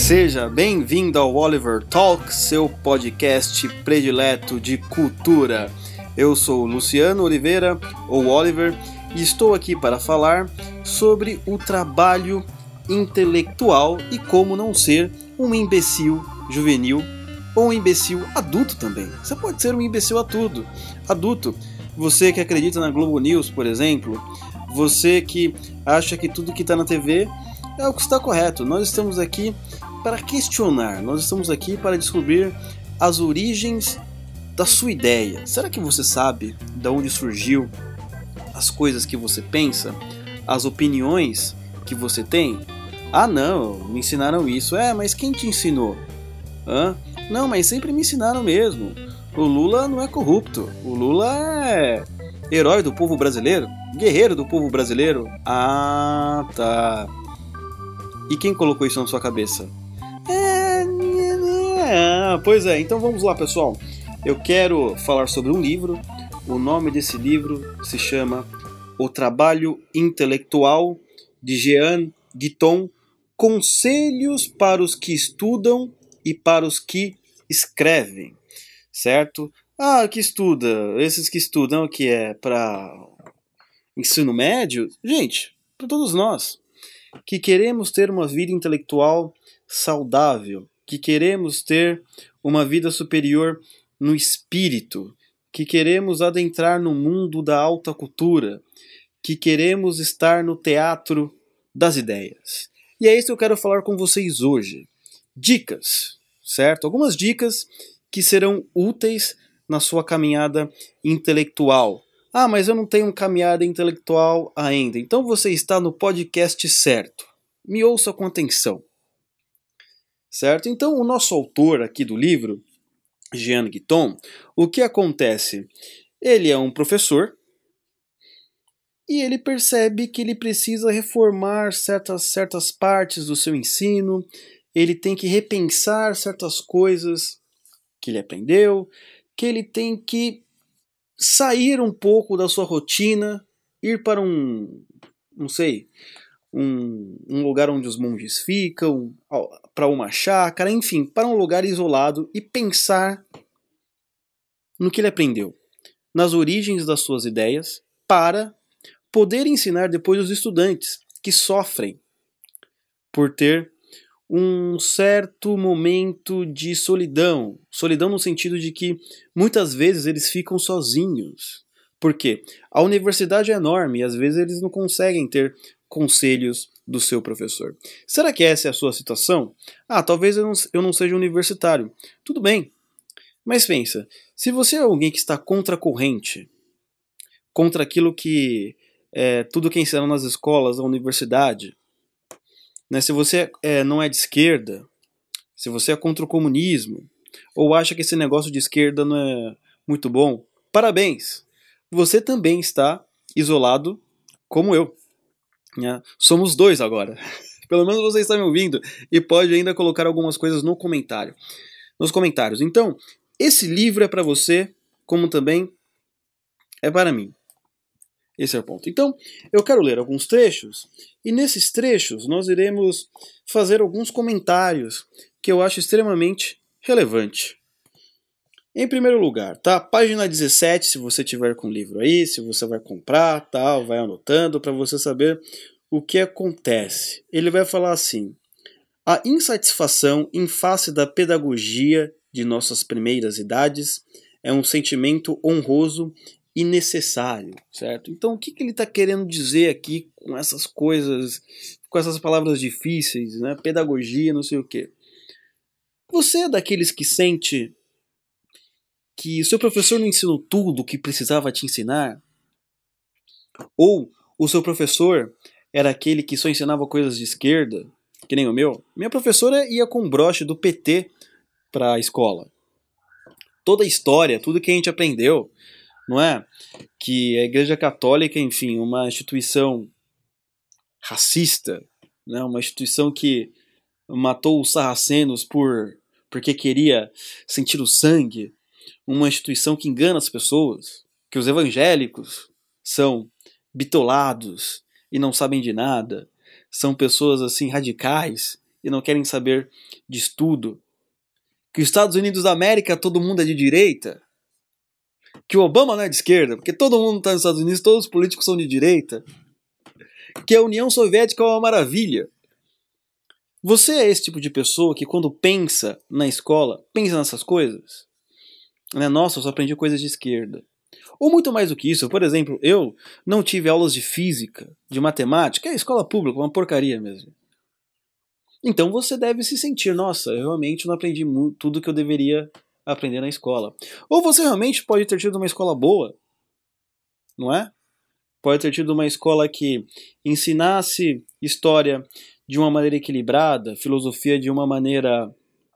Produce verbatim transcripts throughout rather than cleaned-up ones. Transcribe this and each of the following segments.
Seja bem-vindo ao Oliver Talk, seu podcast predileto de cultura. Eu sou Luciano Oliveira, ou Oliver, e estou aqui para falar sobre o trabalho intelectual e como não ser um imbecil juvenil ou um imbecil adulto também. Você pode ser um imbecil a tudo. Adulto, você que acredita na Globo News, por exemplo, você que acha que tudo que está na T V é o que está correto. Nós estamos aqui para questionar, nós estamos aqui para descobrir as origens da sua ideia. Será que você sabe de onde surgiu as coisas que você pensa? As opiniões que você tem? Ah não, me ensinaram isso. É, mas quem te ensinou? Hã? Não, mas sempre me ensinaram mesmo. O Lula não é corrupto. O Lula é herói do povo brasileiro, guerreiro do povo brasileiro. Ah, tá. E quem colocou isso na sua cabeça? É, é, pois é, então vamos lá, pessoal. Eu quero falar sobre um livro. O nome desse livro se chama O Trabalho Intelectual, de Jean Guiton, Conselhos para os que estudam e para os que escrevem, certo? Ah, que estuda, esses que estudam, o que é para ensino médio? Gente, para todos nós que queremos ter uma vida intelectual saudável, que queremos ter uma vida superior no espírito, que queremos adentrar no mundo da alta cultura, que queremos estar no teatro das ideias. E é isso que eu quero falar com vocês hoje. Dicas, certo? Algumas dicas que serão úteis na sua caminhada intelectual. Ah, mas eu não tenho caminhada intelectual ainda. Então você está no podcast certo. Me ouça com atenção. Certo? Então o nosso autor aqui do livro, Jean Guiton, o que acontece? Ele é um professor e ele percebe que ele precisa reformar certas, certas partes do seu ensino, ele tem que repensar certas coisas que ele aprendeu, que ele tem que sair um pouco da sua rotina, ir para um, não sei, um, um lugar onde os monges ficam, para uma chácara, enfim, para um lugar isolado e pensar no que ele aprendeu, nas origens das suas ideias, para poder ensinar depois os estudantes que sofrem por ter um certo momento de solidão. Solidão no sentido de que muitas vezes eles ficam sozinhos. Por quê? A universidade é enorme e às vezes eles não conseguem ter conselhos do seu professor. Será que essa é a sua situação? Ah, talvez eu não, eu não seja universitário. Tudo bem. Mas pensa, se você é alguém que está contra a corrente, contra aquilo que é, tudo que ensinaram nas escolas, na universidade, né, se você é, não é de esquerda, se você é contra o comunismo, ou acha que esse negócio de esquerda não é muito bom, parabéns! Você também está isolado como eu. Né? Somos dois agora. Pelo menos você está me ouvindo e pode ainda colocar algumas coisas no comentário, nos comentários. Então, esse livro é para você, como também é para mim. Esse é o ponto. Então, eu quero ler alguns trechos, e nesses trechos nós iremos fazer alguns comentários que eu acho extremamente relevante. Em primeiro lugar, tá? Página dezessete, se você tiver com o livro aí, se você vai comprar, tal, vai anotando para você saber o que acontece. Ele vai falar assim: a insatisfação em face da pedagogia de nossas primeiras idades é um sentimento honroso e necessário, certo? Então, o que, que ele está querendo dizer aqui com essas coisas, com essas palavras difíceis, né? Pedagogia, não sei o quê. Você é daqueles que sente que o seu professor não ensinou tudo o que precisava te ensinar? Ou o seu professor era aquele que só ensinava coisas de esquerda, que nem o meu? Minha professora ia com broche do P T para a escola. Toda a história, tudo que a gente aprendeu, não é? Que a Igreja Católica, enfim, uma instituição racista, né? Uma instituição que matou os sarracenos por, porque queria sentir o sangue, uma instituição que engana as pessoas, que os evangélicos são bitolados e não sabem de nada, são pessoas assim radicais e não querem saber de estudo. Que os Estados Unidos da América todo mundo é de direita. Que o Obama não é de esquerda, porque todo mundo está nos Estados Unidos, todos os políticos são de direita. Que a União Soviética é uma maravilha. Você é esse tipo de pessoa que quando pensa na escola, pensa nessas coisas? Né? Nossa, eu só aprendi coisas de esquerda. Ou muito mais do que isso, por exemplo, eu não tive aulas de física, de matemática, é escola pública, uma porcaria mesmo. Então você deve se sentir, nossa, eu realmente não aprendi tudo que eu deveria aprender na escola. Ou você realmente pode ter tido uma escola boa, não é? Pode ter tido uma escola que ensinasse história de uma maneira equilibrada, filosofia de uma maneira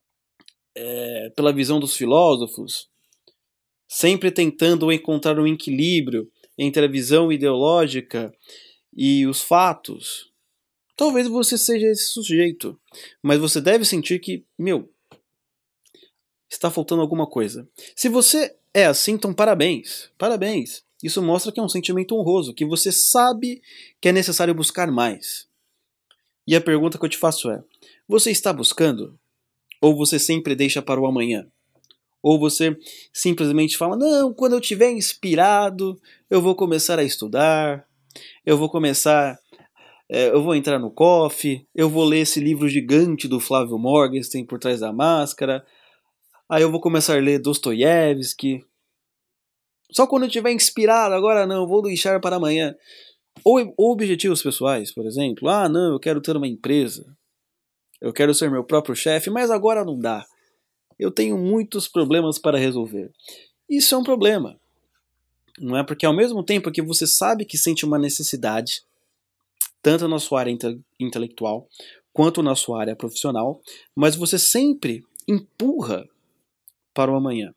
é, pela visão dos filósofos, sempre tentando encontrar um equilíbrio entre a visão ideológica e os fatos. Talvez você seja esse sujeito, mas você deve sentir que, meu, está faltando alguma coisa. Se você é assim, então parabéns, parabéns. Isso mostra que é um sentimento honroso, que você sabe que é necessário buscar mais. E a pergunta que eu te faço é, você está buscando? Ou você sempre deixa para o amanhã? Ou você simplesmente fala, não, quando eu estiver inspirado, eu vou começar a estudar, eu vou começar, é, eu vou entrar no coffee, eu vou ler esse livro gigante do Flávio Morgenstern, Por Trás da Máscara, aí eu vou começar a ler Dostoiévski. Só quando eu estiver inspirado, agora não, eu vou deixar para amanhã. Ou, ou objetivos pessoais, por exemplo. Ah, não, eu quero ter uma empresa. Eu quero ser meu próprio chefe, mas agora não dá. Eu tenho muitos problemas para resolver. Isso é um problema. Não é? Porque ao mesmo tempo que você sabe que sente uma necessidade, tanto na sua área inte- intelectual, quanto na sua área profissional, mas você sempre empurra para o amanhã.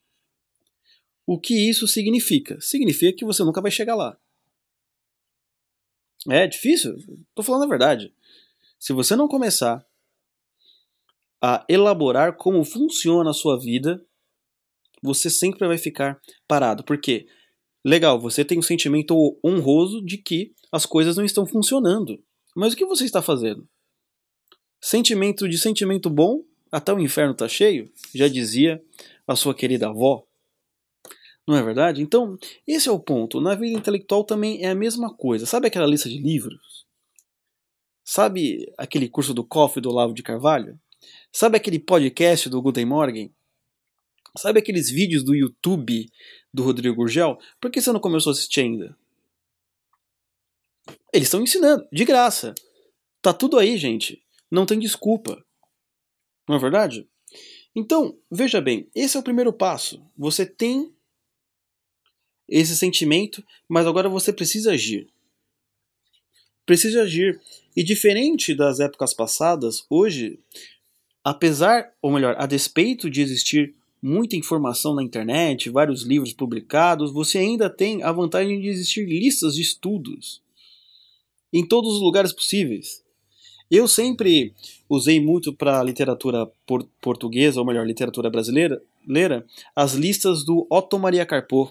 O que isso significa? Significa que você nunca vai chegar lá. É difícil? Tô falando a verdade. Se você não começar a elaborar como funciona a sua vida, você sempre vai ficar parado. Por quê? Legal, você tem um sentimento honroso de que as coisas não estão funcionando. Mas o que você está fazendo? Sentimento de sentimento bom, até o inferno está cheio, já dizia a sua querida avó. Não é verdade? Então, esse é o ponto. Na vida intelectual também é a mesma coisa. Sabe aquela lista de livros? Sabe aquele curso do Coffee do Olavo de Carvalho? Sabe aquele podcast do Guten Morgen? Sabe aqueles vídeos do YouTube do Rodrigo Gurgel? Por que você não começou a assistir ainda? Eles estão ensinando, de graça. Tá tudo aí, gente. Não tem desculpa. Não é verdade? Então, veja bem, esse é o primeiro passo. Você tem esse sentimento, mas agora você precisa agir. Precisa agir. E diferente das épocas passadas, hoje, apesar, ou melhor, a despeito de existir muita informação na internet, vários livros publicados, você ainda tem a vantagem de existir listas de estudos em todos os lugares possíveis. Eu sempre usei muito para a literatura por- portuguesa, ou melhor, literatura brasileira, as listas do Otto Maria Carpo,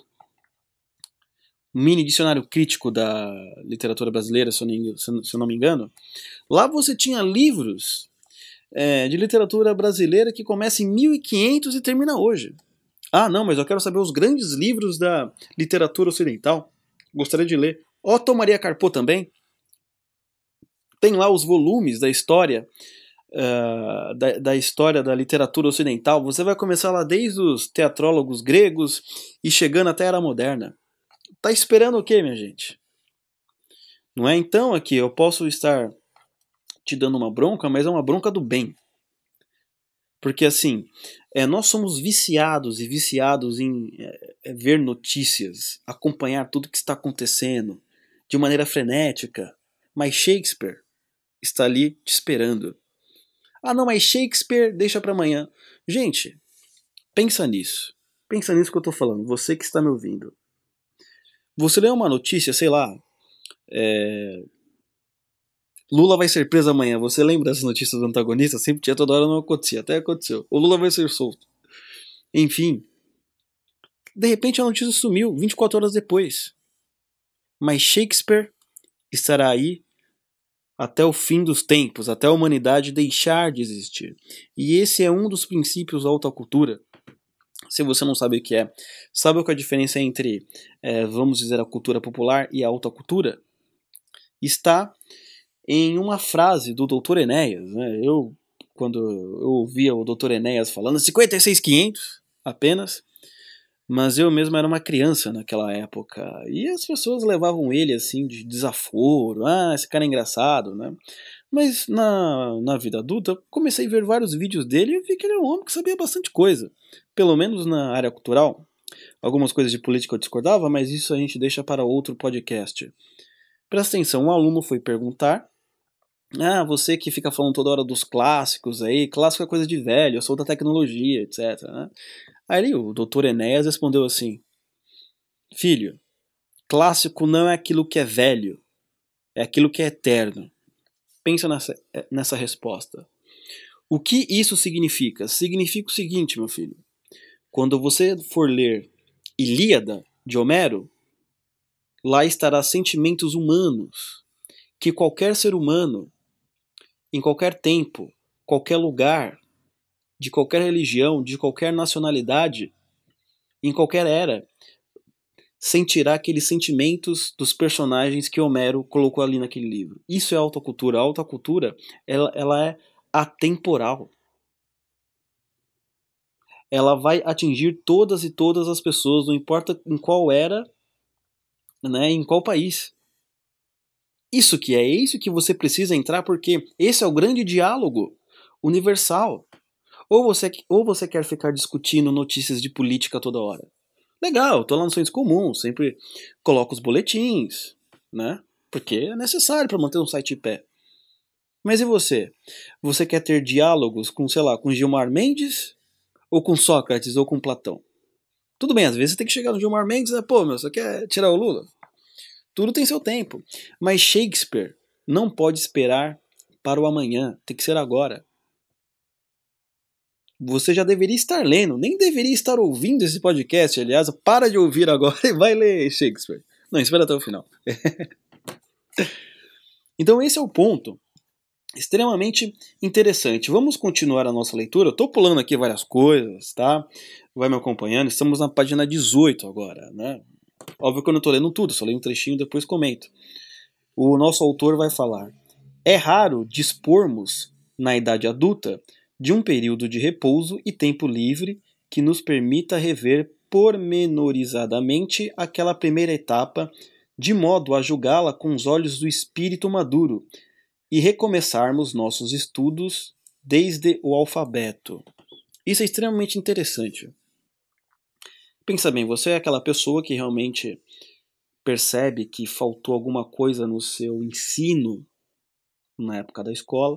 mini dicionário crítico da literatura brasileira, se eu não, se eu não me engano. Lá você tinha livros é, de literatura brasileira que começam em mil e quinhentos e termina hoje. Ah, não, mas eu quero saber os grandes livros da literatura ocidental. Gostaria de ler. Otto Maria Carpo também. Tem lá os volumes da história uh, da, da história da literatura ocidental. Você vai começar lá desde os teatrólogos gregos e chegando até a Era Moderna. Tá esperando o quê, minha gente? Não é? Então aqui eu posso estar te dando uma bronca, mas é uma bronca do bem. Porque assim, é, nós somos viciados e viciados em é, ver notícias, acompanhar tudo que está acontecendo de maneira frenética. Mas Shakespeare está ali te esperando. Ah não, mas Shakespeare deixa para amanhã. Gente, pensa nisso. Pensa nisso que eu estou falando, você que está me ouvindo. Você lê uma notícia, sei lá, é... Lula vai ser preso amanhã. Você lembra dessas notícias do antagonista? Sempre tinha, toda hora não acontecia. Até aconteceu. O Lula vai ser solto. Enfim. De repente a notícia sumiu vinte e quatro horas depois. Mas Shakespeare estará aí até o fim dos tempos, até a humanidade deixar de existir. E esse é um dos princípios da autocultura. Se você não sabe o que é, sabe qual é a diferença entre, é, vamos dizer, a cultura popular e a autocultura? Está em uma frase do doutor Enéas. Né? Eu, quando eu ouvia o doutor Enéas falando cinquenta e seis mil e quinhentos apenas, mas eu mesmo era uma criança naquela época, e as pessoas levavam ele assim de desaforo, ah, esse cara é engraçado, né? Mas na, na vida adulta, comecei a ver vários vídeos dele e vi que ele era um homem que sabia bastante coisa, pelo menos na área cultural. Algumas coisas de política eu discordava, mas isso a gente deixa para outro podcast. Presta atenção, um aluno foi perguntar, ah, você que fica falando toda hora dos clássicos aí, clássico é coisa de velho, eu sou da tecnologia, etcétera, né? Aí o doutor Enéas respondeu assim, filho, clássico não é aquilo que é velho, é aquilo que é eterno. Pensa nessa, nessa resposta. O que isso significa? Significa o seguinte, meu filho. Quando você for ler Ilíada, de Homero, lá estará sentimentos humanos que qualquer ser humano, em qualquer tempo, qualquer lugar, de qualquer religião, de qualquer nacionalidade, em qualquer era, sentirá aqueles sentimentos dos personagens que Homero colocou ali naquele livro. Isso é autocultura. A autocultura, ela, ela é atemporal. Ela vai atingir todas e todas as pessoas, não importa em qual era, né, em qual país. Isso que é, isso que você precisa entrar, porque esse é o grande diálogo universal. Ou você, ou você quer ficar discutindo notícias de política toda hora? Legal, tô lá no Senso Comum, sempre coloco os boletins, né? Porque é necessário para manter um site em pé. Mas e você? Você quer ter diálogos com, sei lá, com Gilmar Mendes? Ou com Sócrates, ou com Platão? Tudo bem, às vezes você tem que chegar no Gilmar Mendes e pô, meu, você quer tirar o Lula? Tudo tem seu tempo. Mas Shakespeare não pode esperar para o amanhã, tem que ser agora. Você já deveria estar lendo, nem deveria estar ouvindo esse podcast, aliás, para de ouvir agora e vai ler Shakespeare. Não, espera até o final. Então esse é o ponto extremamente interessante. Vamos continuar a nossa leitura. Eu estou pulando aqui várias coisas, tá? Vai me acompanhando. Estamos na página dezoito agora, né? Óbvio que eu não estou lendo tudo, só leio um trechinho e depois comento. O nosso autor vai falar: é raro dispormos, na idade adulta, de um período de repouso e tempo livre que nos permita rever pormenorizadamente aquela primeira etapa, de modo a julgá-la com os olhos do espírito maduro e recomeçarmos nossos estudos desde o alfabeto. Isso é extremamente interessante. Pensa bem, você é aquela pessoa que realmente percebe que faltou alguma coisa no seu ensino na época da escola,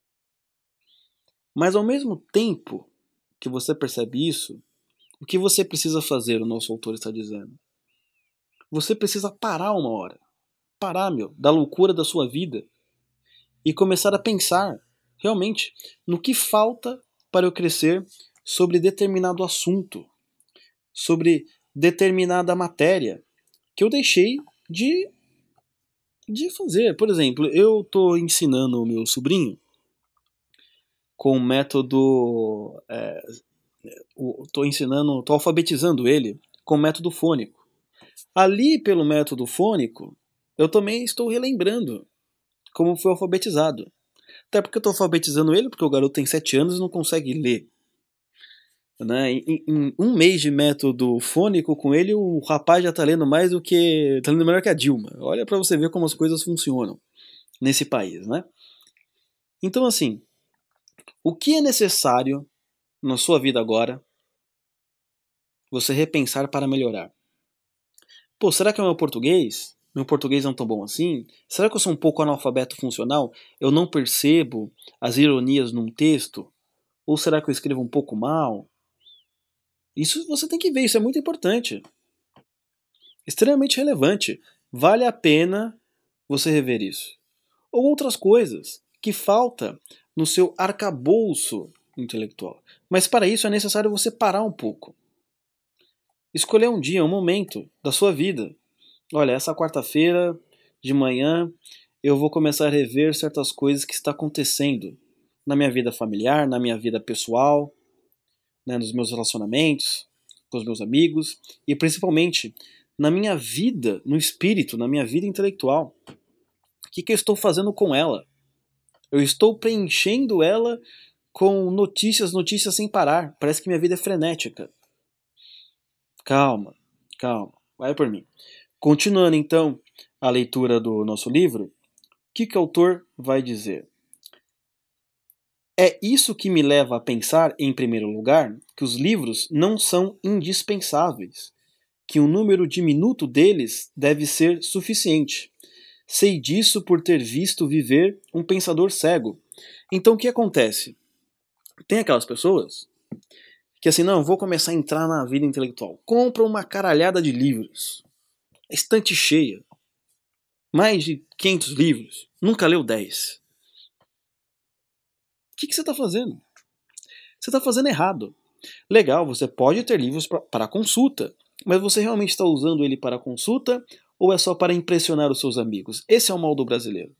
mas ao mesmo tempo que você percebe isso, o que você precisa fazer, o nosso autor está dizendo? Você precisa parar uma hora. Parar, meu, da loucura da sua vida e começar a pensar, realmente, no que falta para eu crescer sobre determinado assunto, sobre determinada matéria que eu deixei de, de fazer. Por exemplo, eu estou ensinando o meu sobrinho com o método... Estou é, ensinando, estou alfabetizando ele com o método fônico. Ali, pelo método fônico, eu também estou relembrando como foi alfabetizado. Até porque eu estou alfabetizando ele, porque o garoto tem sete anos e não consegue ler. Né? Em, em um mês de método fônico com ele, o rapaz já está lendo mais do que... está lendo melhor que a Dilma. Olha para você ver como as coisas funcionam nesse país, né? Então, assim, o que é necessário na sua vida agora você repensar para melhorar? Pô, será que é o meu português? Meu português não é tão bom assim? Será que eu sou um pouco analfabeto funcional? Eu não percebo as ironias num texto? Ou será que eu escrevo um pouco mal? Isso você tem que ver, isso é muito importante. Extremamente relevante. Vale a pena você rever isso. Ou outras coisas que falta no seu arcabouço intelectual. Mas para isso é necessário você parar um pouco. Escolher um dia, um momento da sua vida. Olha, essa quarta-feira de manhã eu vou começar a rever certas coisas que está acontecendo na minha vida familiar, na minha vida pessoal, né, nos meus relacionamentos com os meus amigos e principalmente na minha vida, no espírito, na minha vida intelectual. O que, que eu estou fazendo com ela? Eu estou preenchendo ela com notícias, notícias sem parar. Parece que minha vida é frenética. Calma, calma, vai por mim. Continuando então a leitura do nosso livro, o que, que o autor vai dizer? É isso que me leva a pensar, em primeiro lugar, que os livros não são indispensáveis, que um número diminuto deles deve ser suficiente. Sei disso por ter visto viver um pensador cego. Então o que acontece? Tem aquelas pessoas que assim, não, vou começar a entrar na vida intelectual. Compra uma caralhada de livros. Estante cheia. Mais de quinhentos livros. Nunca leu dez. O que, que você está fazendo? Você está fazendo errado. Legal, você pode ter livros pra, para consulta, mas você realmente está usando ele para consulta ou é só para impressionar os seus amigos? Esse é o mal do brasileiro.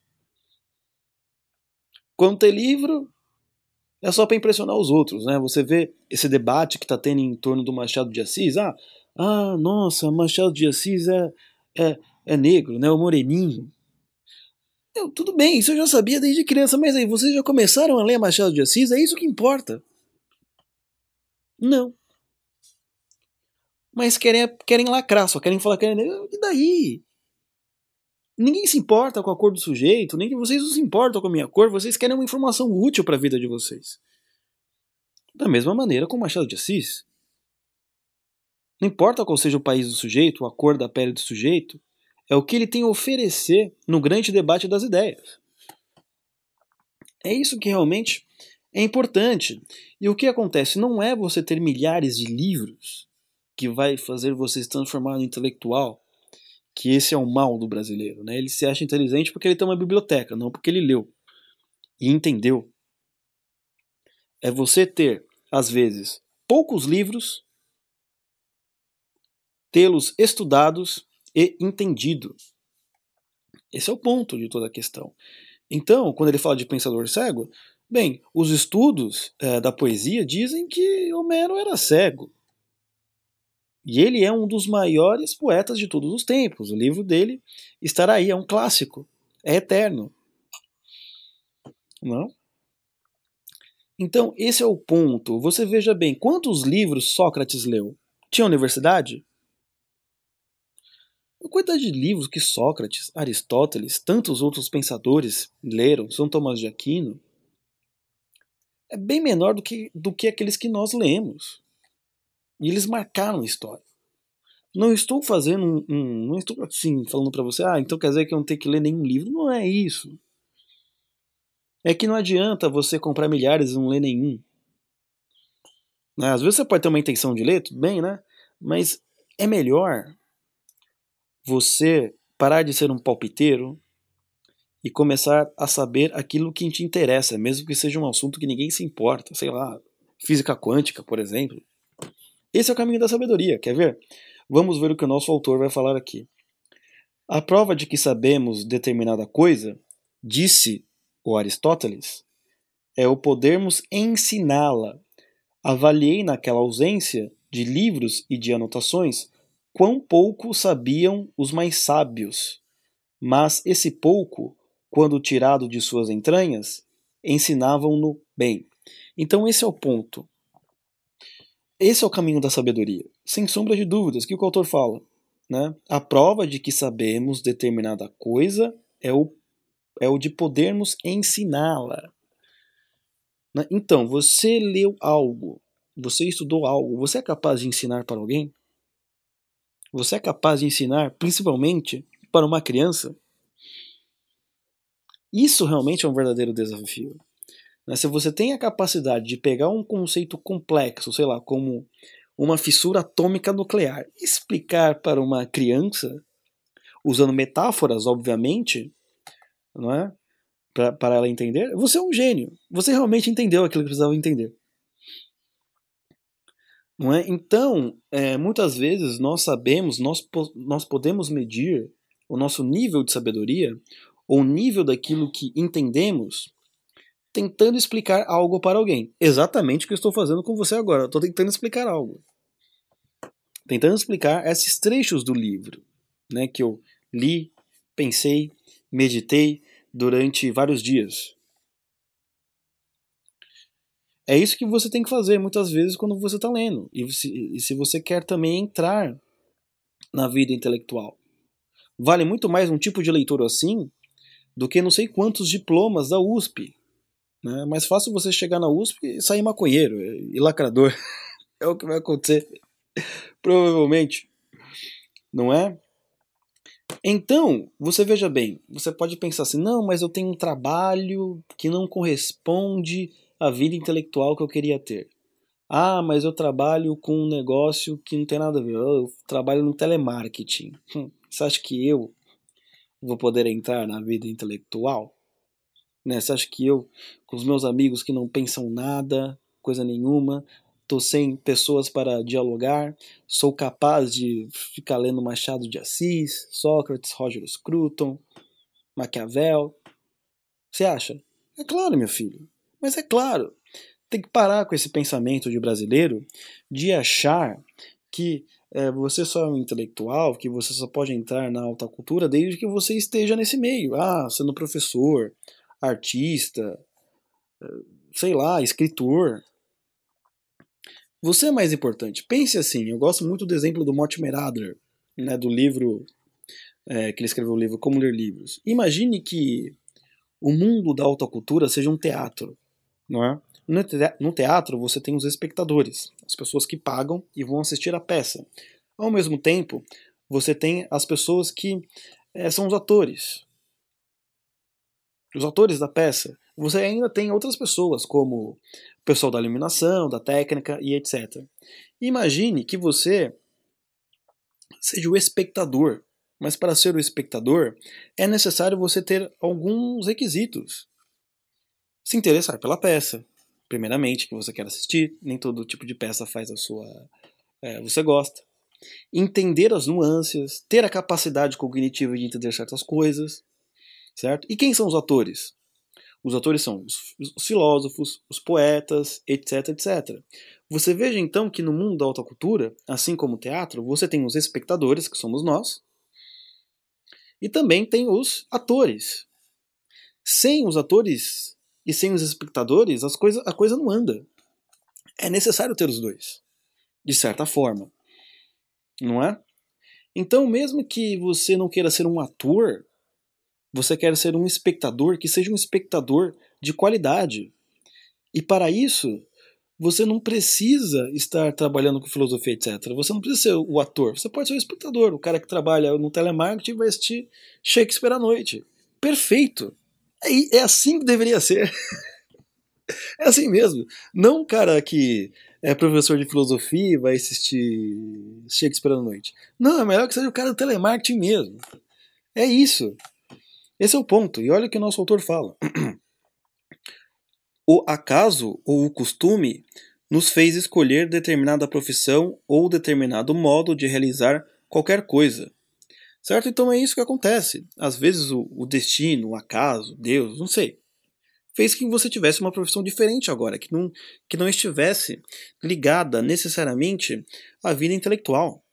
Quando tem livro, é só para impressionar os outros, né? Você vê esse debate que está tendo em torno do Machado de Assis. Ah, ah nossa, Machado de Assis é, é, é negro, né? O moreninho. Eu, tudo bem, isso eu já sabia desde criança, mas aí, vocês já começaram a ler Machado de Assis? É isso que importa? Não. Mas querem, querem lacrar, só querem falar que é negro. E daí? Ninguém se importa com a cor do sujeito, nem que vocês não se importam com a minha cor, vocês querem uma informação útil para a vida de vocês. Da mesma maneira com Machado de Assis. Não importa qual seja o país do sujeito, a cor da pele do sujeito, é o que ele tem a oferecer no grande debate das ideias. É isso que realmente é importante. E o que acontece não é você ter milhares de livros que vai fazer você se transformar no intelectual, que esse é o mal do brasileiro, né? Ele se acha inteligente porque ele tem uma biblioteca, não porque ele leu e entendeu. É você ter, às vezes, poucos livros, tê-los estudados e entendido. Esse é o ponto de toda a questão. Então, quando ele fala de pensador cego, bem, os estudos é, da poesia dizem que Homero era cego. E ele é um dos maiores poetas de todos os tempos. O livro dele estará aí, é um clássico, é eterno. Não? Então, esse é o ponto. Você veja bem, quantos livros Sócrates leu? Tinha universidade? A quantidade de livros que Sócrates, Aristóteles, tantos outros pensadores leram, São Tomás de Aquino, é bem menor do que, do que aqueles que nós lemos. E eles marcaram a história. Não estou fazendo um, um não estou assim falando para você, ah, então quer dizer que eu não tenho que ler nenhum livro. Não é isso. É que não adianta você comprar milhares e não ler nenhum. Né? Às vezes você pode ter uma intenção de ler, tudo bem, né? Mas é melhor você parar de ser um palpiteiro e começar a saber aquilo que te interessa, mesmo que seja um assunto que ninguém se importa, sei lá, física quântica, por exemplo. Esse é o caminho da sabedoria, quer ver? Vamos ver o que o nosso autor vai falar aqui. A prova de que sabemos determinada coisa, disse o Aristóteles, é o podermos ensiná-la. Avaliei naquela ausência de livros e de anotações quão pouco sabiam os mais sábios, mas esse pouco, quando tirado de suas entranhas, ensinavam-no bem. Então esse é o ponto. Esse é o caminho da sabedoria, sem sombra de dúvidas, que o autor fala. Né? A prova de que sabemos determinada coisa é o, é o de podermos ensiná-la. Né? Então, você leu algo, você estudou algo, você é capaz de ensinar para alguém? Você é capaz de ensinar, principalmente, para uma criança? Isso realmente é um verdadeiro desafio. Se você tem a capacidade de pegar um conceito complexo, sei lá, como uma fissura atômica nuclear, e explicar para uma criança, usando metáforas, obviamente, não é? Pra, para ela entender, você é um gênio. Você realmente entendeu aquilo que precisava entender. Não é? Então, é, muitas vezes nós sabemos, nós, nós podemos medir o nosso nível de sabedoria ou nível daquilo que entendemos, tentando explicar algo para alguém. Exatamente o que eu estou fazendo com você agora. Estou tentando explicar algo. Tentando explicar esses trechos do livro, né, que eu li, pensei, meditei durante vários dias. É isso que você tem que fazer muitas vezes quando você está lendo. E se, e se você quer também entrar na vida intelectual. Vale muito mais um tipo de leitura assim do que não sei quantos diplomas da U S P. Né? É mais fácil você chegar na U S P e sair maconheiro e lacrador. É o que vai acontecer. Provavelmente. Não é? Então, você veja bem, você pode pensar assim, não, mas eu tenho um trabalho que não corresponde à vida intelectual que eu queria ter. Ah, mas eu trabalho com um negócio que não tem nada a ver, eu trabalho no telemarketing. Hum, você acha que eu vou poder entrar na vida intelectual? Né? Você acha que eu, com os meus amigos que não pensam nada, coisa nenhuma, estou sem pessoas para dialogar, sou capaz de ficar lendo Machado de Assis, Sócrates, Roger Scruton, Maquiavel? Você acha? É claro, meu filho. Mas é claro. Tem que parar com esse pensamento de brasileiro de achar que é, você só é um intelectual, que você só pode entrar na alta cultura desde que você esteja nesse meio. Ah, sendo professor, artista, sei lá, escritor. Você é mais importante. Pense assim, eu gosto muito do exemplo do Mortimer Adler, né, do livro, é, que ele escreveu o livro Como Ler Livros. Imagine que o mundo da alta cultura seja um teatro, não é? No teatro você tem os espectadores, as pessoas que pagam e vão assistir a peça. Ao mesmo tempo, você tem as pessoas que é, são os atores, os atores da peça. Você ainda tem outras pessoas, como o pessoal da iluminação, da técnica e etcétera. Imagine que você seja o espectador, mas para ser o espectador é necessário você ter alguns requisitos. Se interessar pela peça, primeiramente, que você quer assistir, nem todo tipo de peça faz a sua... É, você gosta. Entender as nuances, ter a capacidade cognitiva de entender certas coisas, certo? E quem são os atores? Os atores são os, os filósofos, os poetas, etc, etcétera. Você veja então que no mundo da alta cultura, assim como o teatro, você tem os espectadores, que somos nós, e também tem os atores. Sem os atores e sem os espectadores, as coisa, a coisa não anda. É necessário ter os dois, de certa forma. Não é? Então, mesmo que você não queira ser um ator, você quer ser um espectador, que seja um espectador de qualidade. E para isso, você não precisa estar trabalhando com filosofia, etcétera. Você não precisa ser o ator, você pode ser o espectador, o cara que trabalha no telemarketing vai assistir Shakespeare à noite. Perfeito! É, é assim que deveria ser. É assim mesmo. Não o cara que é professor de filosofia e vai assistir Shakespeare à noite. Não, é melhor que seja o cara do telemarketing mesmo. É isso. Esse é o ponto. E olha o que o nosso autor fala. O acaso ou o costume nos fez escolher determinada profissão ou determinado modo de realizar qualquer coisa. Certo? Então é isso que acontece. Às vezes o, o destino, o acaso, Deus, não sei, fez que você tivesse uma profissão diferente agora, que não, que não estivesse ligada necessariamente à vida intelectual.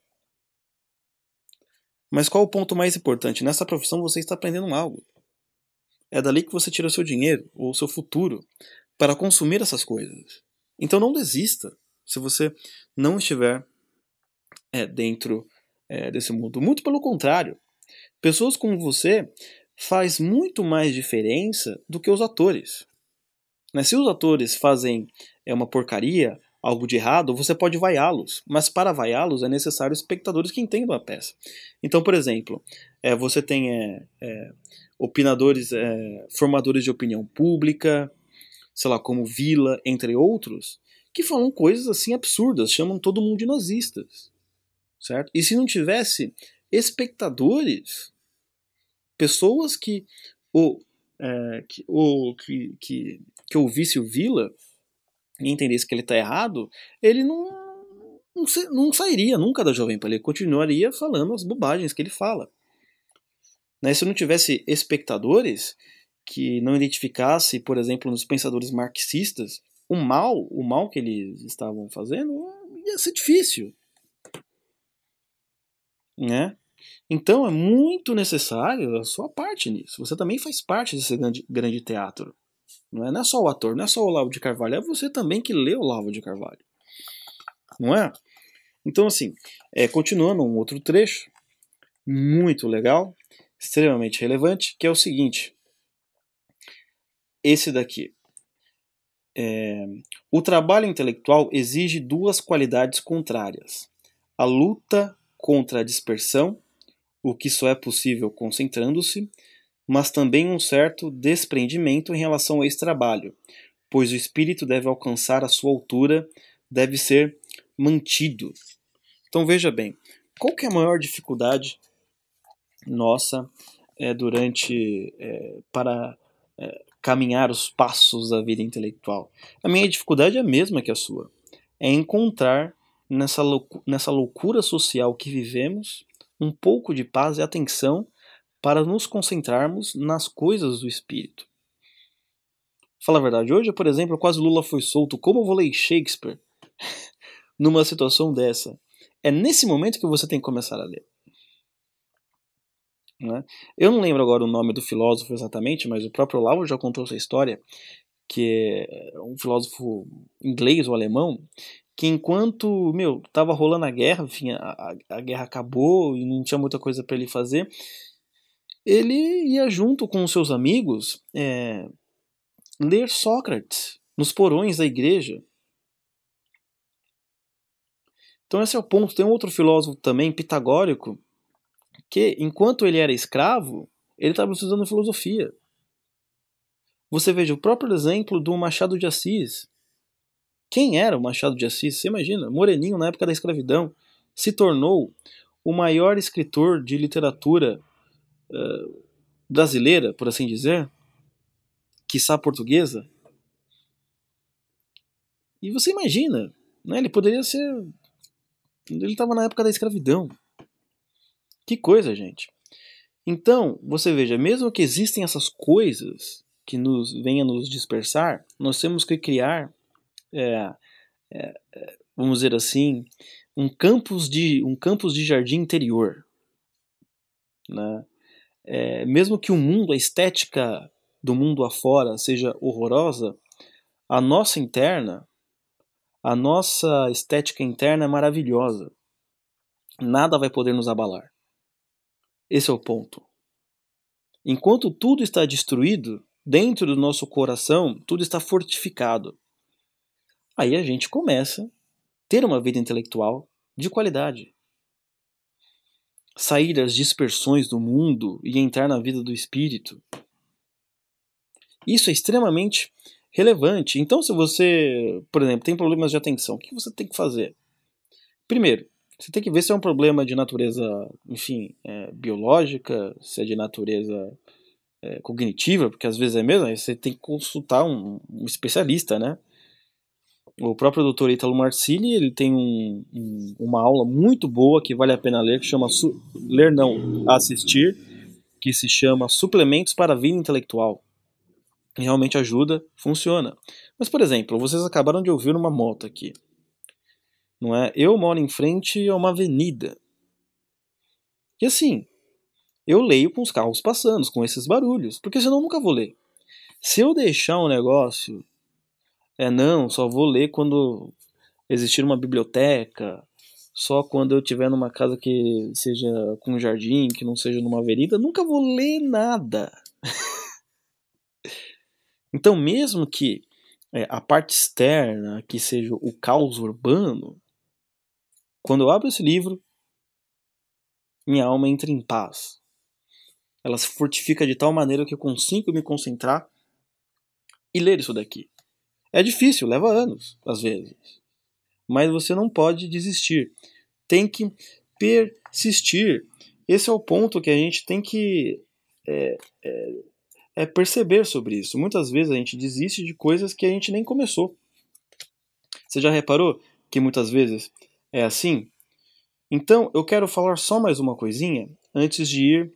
Mas qual o ponto mais importante? Nessa profissão você está aprendendo algo. É dali que você tira o seu dinheiro, ou o seu futuro, para consumir essas coisas. Então não desista se você não estiver é, dentro é, desse mundo. Muito pelo contrário. Pessoas como você faz muito mais diferença do que os atores. Né? Se os atores fazem é, uma porcaria, algo de errado, você pode vaiá-los. Mas para vaiá-los é necessário espectadores que entendam a peça. Então, por exemplo, é, você tem é, é, opinadores, é, formadores de opinião pública, sei lá, como Villa, entre outros, que falam coisas assim absurdas, chamam todo mundo de nazistas. Certo? E se não tivesse espectadores, pessoas que, ou, é, que, ou, que, que, que ouvisse o Villa e entendesse que ele está errado, ele não, não, não sairia nunca da Jovem Pan, ele continuaria falando as bobagens que ele fala. Né? Se não tivesse espectadores que não identificasse, por exemplo, nos pensadores marxistas, o mal, o mal que eles estavam fazendo, ia ser difícil. Né? Então é muito necessário a sua parte nisso. Você também faz parte desse grande, grande teatro. Não é? Não é só o ator, não é só o Olavo de Carvalho, é você também que lê o Olavo de Carvalho. Não é? Então, assim, é, continuando um outro trecho, muito legal, extremamente relevante, que é o seguinte. Esse daqui. É, o trabalho intelectual exige duas qualidades contrárias. A luta contra a dispersão, o que só é possível concentrando-se, mas também um certo desprendimento em relação a esse trabalho, pois o espírito deve alcançar a sua altura, deve ser mantido. Então veja bem, qual que é a maior dificuldade nossa é, durante é, para é, caminhar os passos da vida intelectual? A minha dificuldade é a mesma que a sua. É encontrar nessa, loucu- nessa loucura social que vivemos um pouco de paz e atenção para nos concentrarmos nas coisas do espírito. Fala a verdade, hoje, por exemplo, quase Lula foi solto. Como eu vou ler Shakespeare numa situação dessa? É nesse momento que você tem que começar a ler. Né? Eu não lembro agora o nome do filósofo exatamente, mas o próprio Olavo já contou essa história, que é um filósofo inglês ou alemão, que enquanto, meu, tava rolando a guerra, enfim, a, a, a guerra acabou e não tinha muita coisa para ele fazer, ele ia junto com os seus amigos é, ler Sócrates nos porões da igreja. Então esse é o ponto. Tem um outro filósofo também, pitagórico, que enquanto ele era escravo, ele estava estudando filosofia. Você veja o próprio exemplo do Machado de Assis. Quem era o Machado de Assis? Você imagina, moreninho na época da escravidão, se tornou o maior escritor de literatura uh, brasileira, por assim dizer, quiçá portuguesa. E você imagina, né, ele poderia ser... Ele estava na época da escravidão. Que coisa, gente. Então, você veja, mesmo que existem essas coisas que nos venham nos dispersar, nós temos que criar, é, é, vamos dizer assim, um campus de, um campus de jardim interior. Né? É, mesmo que o mundo, a estética do mundo afora seja horrorosa, a nossa interna, a nossa estética interna é maravilhosa. Nada vai poder nos abalar. Esse é o ponto. Enquanto tudo está destruído, dentro do nosso coração, tudo está fortificado. Aí a gente começa a ter uma vida intelectual de qualidade. Sair das dispersões do mundo e entrar na vida do espírito. Isso é extremamente relevante. Então, se você, por exemplo, tem problemas de atenção, o que você tem que fazer? Primeiro, você tem que ver se é um problema de natureza, enfim, é, biológica, se é de natureza é, cognitiva, porque às vezes é mesmo, aí você tem que consultar um, um especialista, né? O próprio doutor Ítalo Marcilli, ele tem um, um, uma aula muito boa que vale a pena ler, que chama, su, ler não, assistir, que se chama Suplementos para a Vida Intelectual. Realmente ajuda, funciona. Mas, por exemplo, vocês acabaram de ouvir uma moto aqui. Não é? Eu moro em frente a uma avenida. E assim, eu leio com os carros passando, com esses barulhos, porque senão eu nunca vou ler. Se eu deixar um negócio, é não, só vou ler quando existir uma biblioteca, só quando eu estiver numa casa que seja com um jardim, que não seja numa avenida, nunca vou ler nada. Então, mesmo que é, a parte externa, que seja o caos urbano, quando eu abro esse livro, minha alma entra em paz. Ela se fortifica de tal maneira que eu consigo me concentrar e ler isso daqui. É difícil, leva anos, às vezes. Mas você não pode desistir. Tem que persistir. Esse é o ponto que a gente tem que é, é, é perceber sobre isso. Muitas vezes a gente desiste de coisas que a gente nem começou. Você já reparou que muitas vezes é assim? Então, eu quero falar só mais uma coisinha antes de ir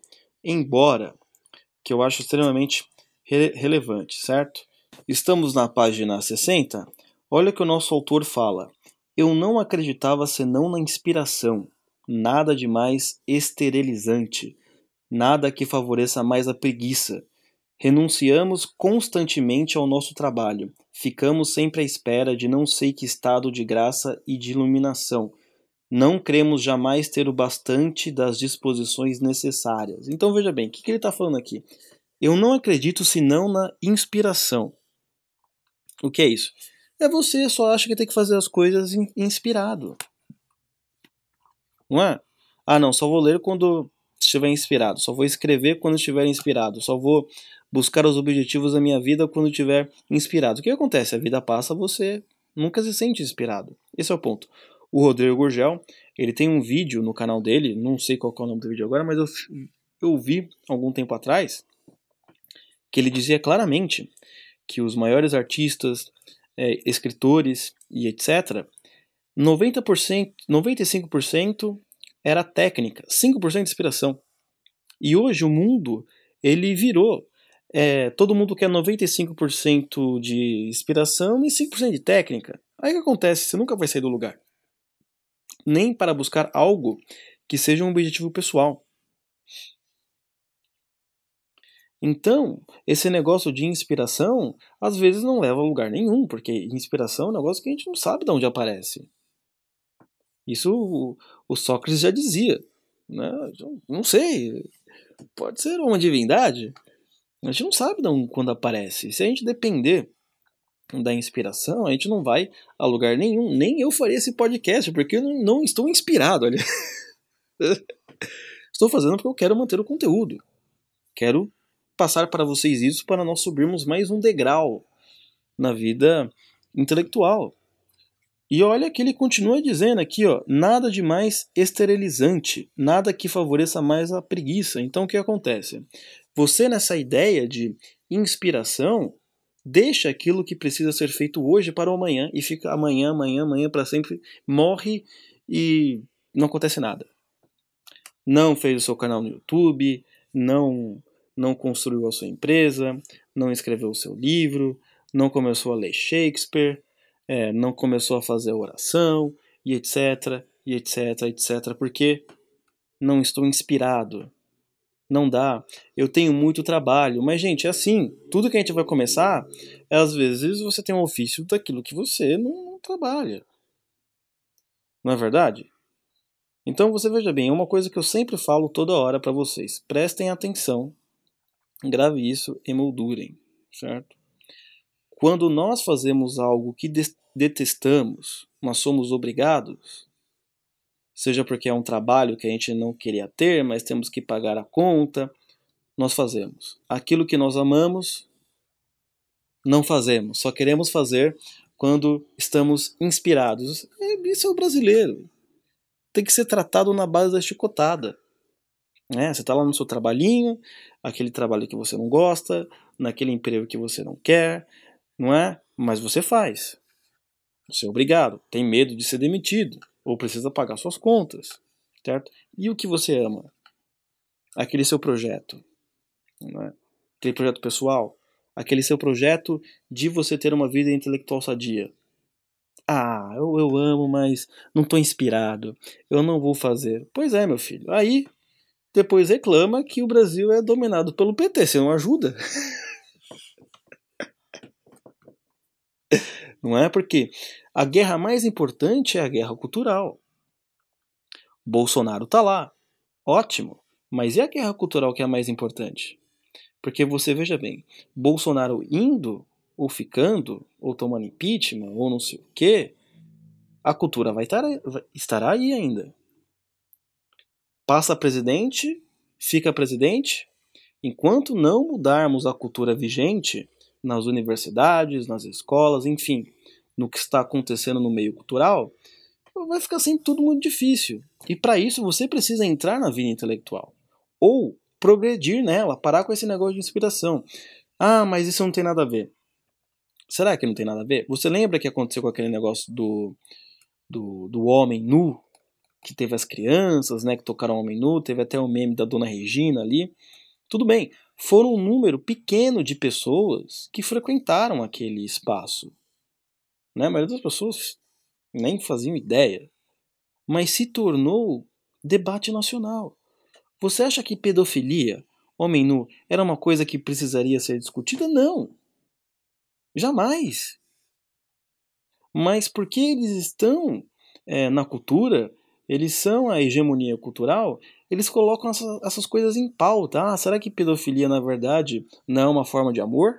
embora, que eu acho extremamente re- relevante, certo? Estamos na página sessenta. Olha o que o nosso autor fala. Eu não acreditava senão na inspiração, nada de mais esterilizante, nada que favoreça mais a preguiça. Renunciamos constantemente ao nosso trabalho, ficamos sempre à espera de não sei que estado de graça e de iluminação. Não cremos jamais ter o bastante das disposições necessárias. Então veja bem, o que ele está falando aqui? Eu não acredito senão na inspiração. O que é isso? É você só acha que tem que fazer as coisas inspirado. Não é? Ah, não, só vou ler quando estiver inspirado. Só vou escrever quando estiver inspirado. Só vou buscar os objetivos da minha vida quando estiver inspirado. O que acontece? A vida passa, você nunca se sente inspirado. Esse é o ponto. O Rodrigo Gurgel, ele tem um vídeo no canal dele, não sei qual é o nome do vídeo agora, mas eu, eu vi algum tempo atrás, que ele dizia claramente que os maiores artistas, é, escritores e etcétera, noventa por cento, noventa e cinco por cento era técnica, cinco por cento inspiração. E hoje o mundo, ele virou. É, todo mundo quer noventa e cinco por cento de inspiração e cinco por cento de técnica. Aí o que acontece? Você nunca vai sair do lugar. Nem para buscar algo que seja um objetivo pessoal. Então, esse negócio de inspiração, às vezes não leva a lugar nenhum, porque inspiração é um negócio que a gente não sabe de onde aparece. Isso o, o Sócrates já dizia. Né? Não sei, pode ser uma divindade. A gente não sabe de onde, quando aparece. Se a gente depender da inspiração, a gente não vai a lugar nenhum. Nem eu faria esse podcast, porque eu não, não estou inspirado. Olha. Estou fazendo porque eu quero manter o conteúdo. Quero passar para vocês isso para nós subirmos mais um degrau na vida intelectual. E olha que ele continua dizendo aqui, ó, nada de mais esterilizante, nada que favoreça mais a preguiça. Então o que acontece? Você nessa ideia de inspiração, deixa aquilo que precisa ser feito hoje para o amanhã e fica amanhã, amanhã, amanhã para sempre, morre e não acontece nada. Não fez o seu canal no YouTube, não não construiu a sua empresa, não escreveu o seu livro, não começou a ler Shakespeare, é, não começou a fazer oração, e etc, e etc, etc, porque não estou inspirado. Não dá. Eu tenho muito trabalho. Mas, gente, é assim. Tudo que a gente vai começar, é, às vezes você tem um ofício daquilo que você não, não trabalha. Não é verdade? Então, você veja bem, é uma coisa que eu sempre falo toda hora para vocês. Prestem atenção. Grave isso e moldurem, certo? Quando nós fazemos algo que detestamos, mas somos obrigados, seja porque é um trabalho que a gente não queria ter, mas temos que pagar a conta, nós fazemos. Aquilo que nós amamos, não fazemos. Só queremos fazer quando estamos inspirados. Isso é o brasileiro. Tem que ser tratado na base da chicotada. É, você está lá no seu trabalhinho, aquele trabalho que você não gosta, naquele emprego que você não quer, não é? Mas você faz. Você é obrigado, tem medo de ser demitido, ou precisa pagar suas contas, certo? E o que você ama? Aquele seu projeto, não é? Aquele projeto pessoal, aquele seu projeto de você ter uma vida intelectual sadia. Ah, eu, eu amo, mas não estou inspirado, eu não vou fazer. Pois é, meu filho, aí depois reclama que o Brasil é dominado pelo P T, você não ajuda. Não é? Porque a guerra mais importante é a guerra cultural. Bolsonaro tá lá, ótimo, mas e a guerra cultural que é a mais importante? Porque você veja bem, Bolsonaro indo, ou ficando, ou tomando impeachment, ou não sei o quê, a cultura vai estar, vai estar aí ainda. Passa presidente, fica presidente, enquanto não mudarmos a cultura vigente nas universidades, nas escolas, enfim, no que está acontecendo no meio cultural, vai ficar sempre tudo muito difícil. E para isso você precisa entrar na vida intelectual. Ou progredir nela, parar com esse negócio de inspiração. Ah, mas isso não tem nada a ver. Será que não tem nada a ver? Você lembra que aconteceu com aquele negócio do, do, do homem nu? Que teve as crianças, né, que tocaram homem nu, teve até o meme da Dona Regina ali. Tudo bem, foram um número pequeno de pessoas que frequentaram aquele espaço. Né? A maioria das pessoas nem faziam ideia. Mas se tornou debate nacional. Você acha que pedofilia, homem nu, era uma coisa que precisaria ser discutida? Não. Jamais. Mas porque eles estão é, na cultura, eles são a hegemonia cultural, eles colocam essas, essas coisas em pauta. Ah, será que pedofilia, na verdade, não é uma forma de amor?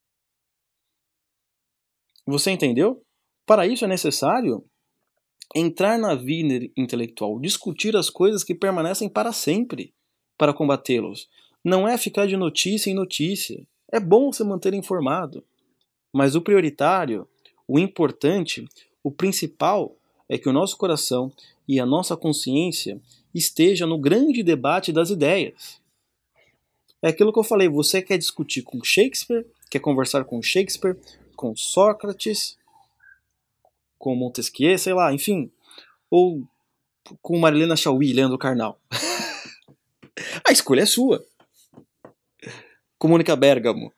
Você entendeu? Para isso é necessário entrar na vida intelectual, discutir as coisas que permanecem para sempre para combatê-los. Não é ficar de notícia em notícia. É bom se manter informado. Mas o prioritário, o importante, o principal é que o nosso coração e a nossa consciência esteja no grande debate das ideias. É aquilo que eu falei, você quer discutir com Shakespeare, quer conversar com Shakespeare, com Sócrates, com Montesquieu, sei lá, enfim, ou com Marilena Chauí, Leandro Carnal. A escolha é sua. Com Mônica Bergamo.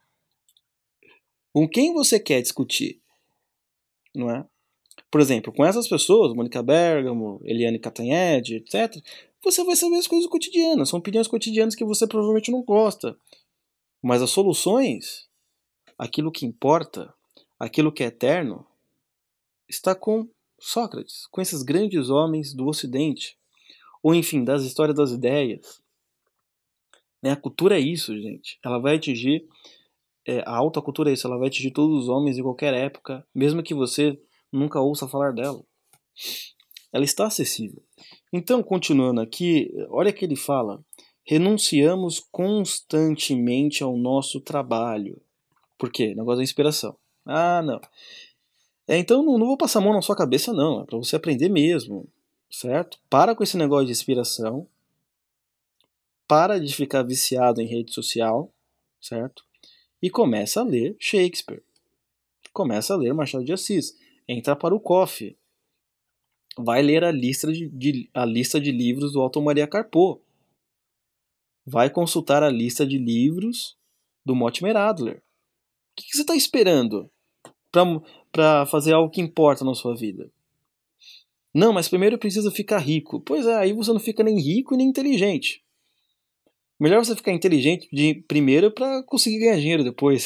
Com quem você quer discutir? Não é? Por exemplo, com essas pessoas, Mônica Bergamo, Eliane Cantanhede, etcétera, você vai saber as coisas cotidianas. São opiniões cotidianas que você provavelmente não gosta. Mas as soluções, aquilo que importa, aquilo que é eterno, está com Sócrates, com esses grandes homens do Ocidente. Ou enfim, das histórias das ideias. A cultura é isso, gente. Ela vai atingir, é, a alta cultura é isso, ela vai atingir todos os homens de qualquer época, mesmo que você nunca ouça falar dela. Ela está acessível. Então, continuando aqui, olha que ele fala: renunciamos constantemente ao nosso trabalho. Por quê? Negócio da inspiração. Ah, não. É, então não, não vou passar a mão na sua cabeça, não. É para você aprender mesmo, certo? Para com esse negócio de inspiração. Para de ficar viciado em rede social, certo? E começa a ler Shakespeare. Começa a ler Machado de Assis. Entra para o coffee. Vai ler a lista de, de, a lista de livros do Alton Maria Carpo. Vai consultar a lista de livros do Mortimer Adler. O que, que você está esperando para fazer algo que importa na sua vida? Não, mas primeiro eu preciso ficar rico. Pois é, aí você não fica nem rico e nem inteligente. Melhor você ficar inteligente de primeiro para conseguir ganhar dinheiro depois.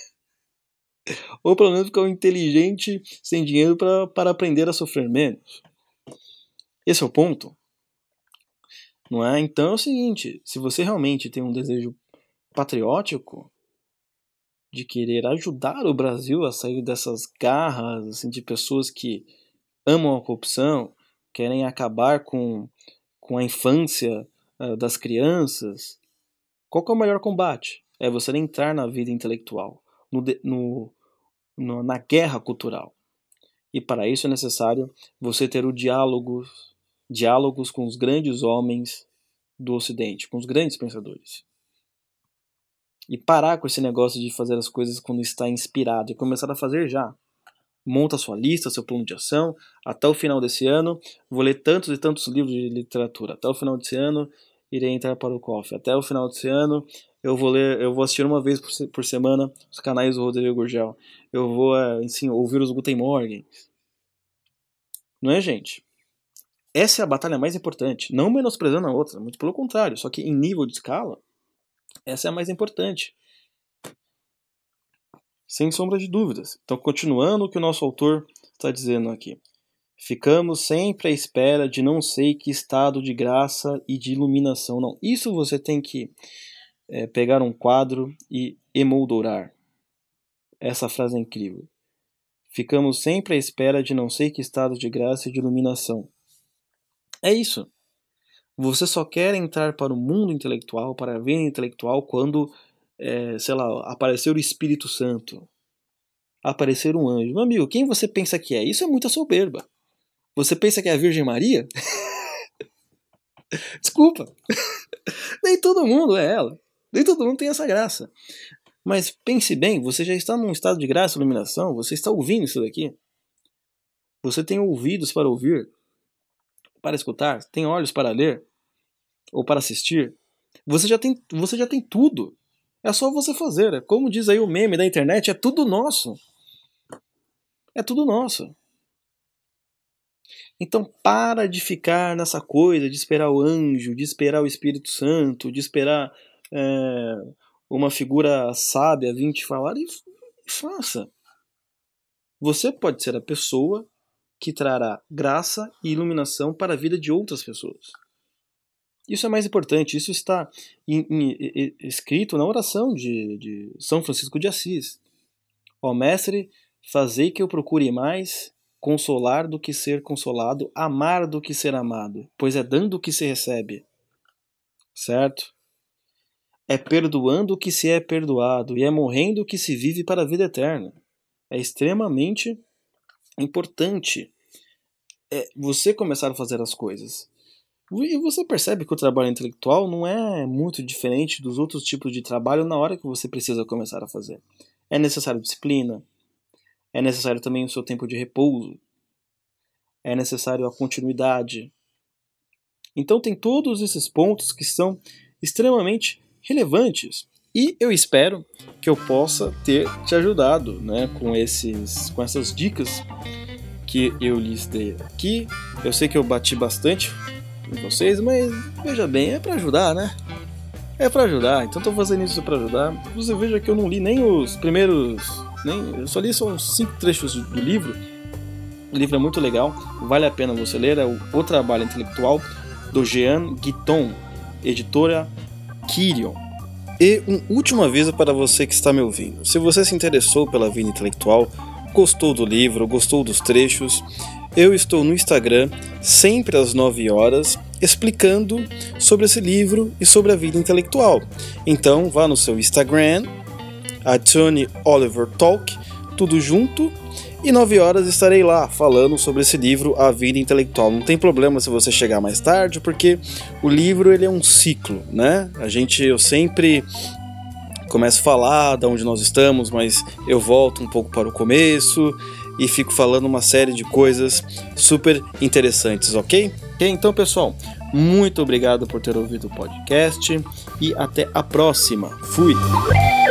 Ou pelo menos ficar inteligente sem dinheiro pra, para aprender a sofrer menos. Esse é o ponto. Não é? Então é o seguinte, se você realmente tem um desejo patriótico de querer ajudar o Brasil a sair dessas garras assim, de pessoas que amam a corrupção, querem acabar com, com a infância uh, das crianças, qual que é o melhor combate? É você entrar na vida intelectual, no, no, no, na guerra cultural. E para isso é necessário você ter o diálogo, diálogos com os grandes homens do Ocidente, com os grandes pensadores. E parar com esse negócio de fazer as coisas quando está inspirado e começar a fazer já. Monta sua lista, seu plano de ação. Até o final desse ano, vou ler tantos e tantos livros de literatura. Até o final desse ano, irei entrar para o coffee. Até o final desse ano, eu vou ler, eu vou assistir uma vez por semana os canais do Rodrigo Gurgel. Eu vou, assim, ouvir os Guten Morgens. Não é, gente? Essa é a batalha mais importante. Não menosprezando a outra, muito pelo contrário. Só que em nível de escala, essa é a mais importante. Sem sombra de dúvidas. Então, continuando o que o nosso autor está dizendo aqui. Ficamos sempre à espera de não sei que estado de graça e de iluminação. Não, isso você tem que é, pegar um quadro e emoldurar. Essa frase é incrível. Ficamos sempre à espera de não sei que estado de graça e de iluminação. É isso. Você só quer entrar para o mundo intelectual, para a vida intelectual, quando, é, sei lá, aparecer o Espírito Santo, aparecer um anjo. Meu amigo, quem você pensa que é? Isso é muita soberba. Você pensa que é a Virgem Maria? Desculpa. Nem todo mundo é ela. Nem todo mundo tem essa graça. Mas pense bem, você já está num estado de graça e iluminação, você está ouvindo isso daqui. Você tem ouvidos para ouvir, para escutar, tem olhos para ler ou para assistir. Você já tem, você já tem tudo. É só você fazer. É como diz aí o meme da internet, é tudo nosso. É tudo nosso. Então para de ficar nessa coisa de esperar o anjo, de esperar o Espírito Santo, de esperar é, uma figura sábia vir te falar e, e faça. Você pode ser a pessoa que trará graça e iluminação para a vida de outras pessoas. Isso é mais importante, isso está em, em, em, escrito na oração de, de São Francisco de Assis. Ó Mestre, fazei que eu procure mais consolar do que ser consolado, amar do que ser amado, pois é dando que se recebe. Certo? É perdoando que se é perdoado, e é morrendo que se vive para a vida eterna. É extremamente importante é você começar a fazer as coisas. E você percebe que o trabalho intelectual não é muito diferente dos outros tipos de trabalho na hora que você precisa começar a fazer. É necessário disciplina, é necessário também o seu tempo de repouso, é necessário a continuidade. Então tem todos esses pontos que são extremamente relevantes. E eu espero que eu possa ter te ajudado, né, com, esses, com essas dicas que eu lhes dei aqui. Eu sei que eu bati bastante em vocês, mas veja bem, é para ajudar, né? É para ajudar, então estou fazendo isso para ajudar. Você veja que eu não li nem os primeiros... Nem, eu só li só uns cinco trechos do livro. O livro é muito legal, vale a pena você ler. É o, o Trabalho Intelectual, do Jean Guiton, editora Quirion. E um último aviso para você que está me ouvindo. Se você se interessou pela vida intelectual, gostou do livro, gostou dos trechos, eu estou no Instagram, sempre às nove horas, explicando sobre esse livro e sobre a vida intelectual. Então vá no seu Instagram, a Tony Oliver Talk, tudo junto, e nove horas estarei lá falando sobre esse livro, A Vida Intelectual. Não tem problema se você chegar mais tarde, porque o livro ele é um ciclo, né? A gente, eu sempre começo a falar de onde nós estamos, mas eu volto um pouco para o começo e fico falando uma série de coisas super interessantes, ok? Ok, então pessoal, muito obrigado por ter ouvido o podcast e até a próxima. Fui!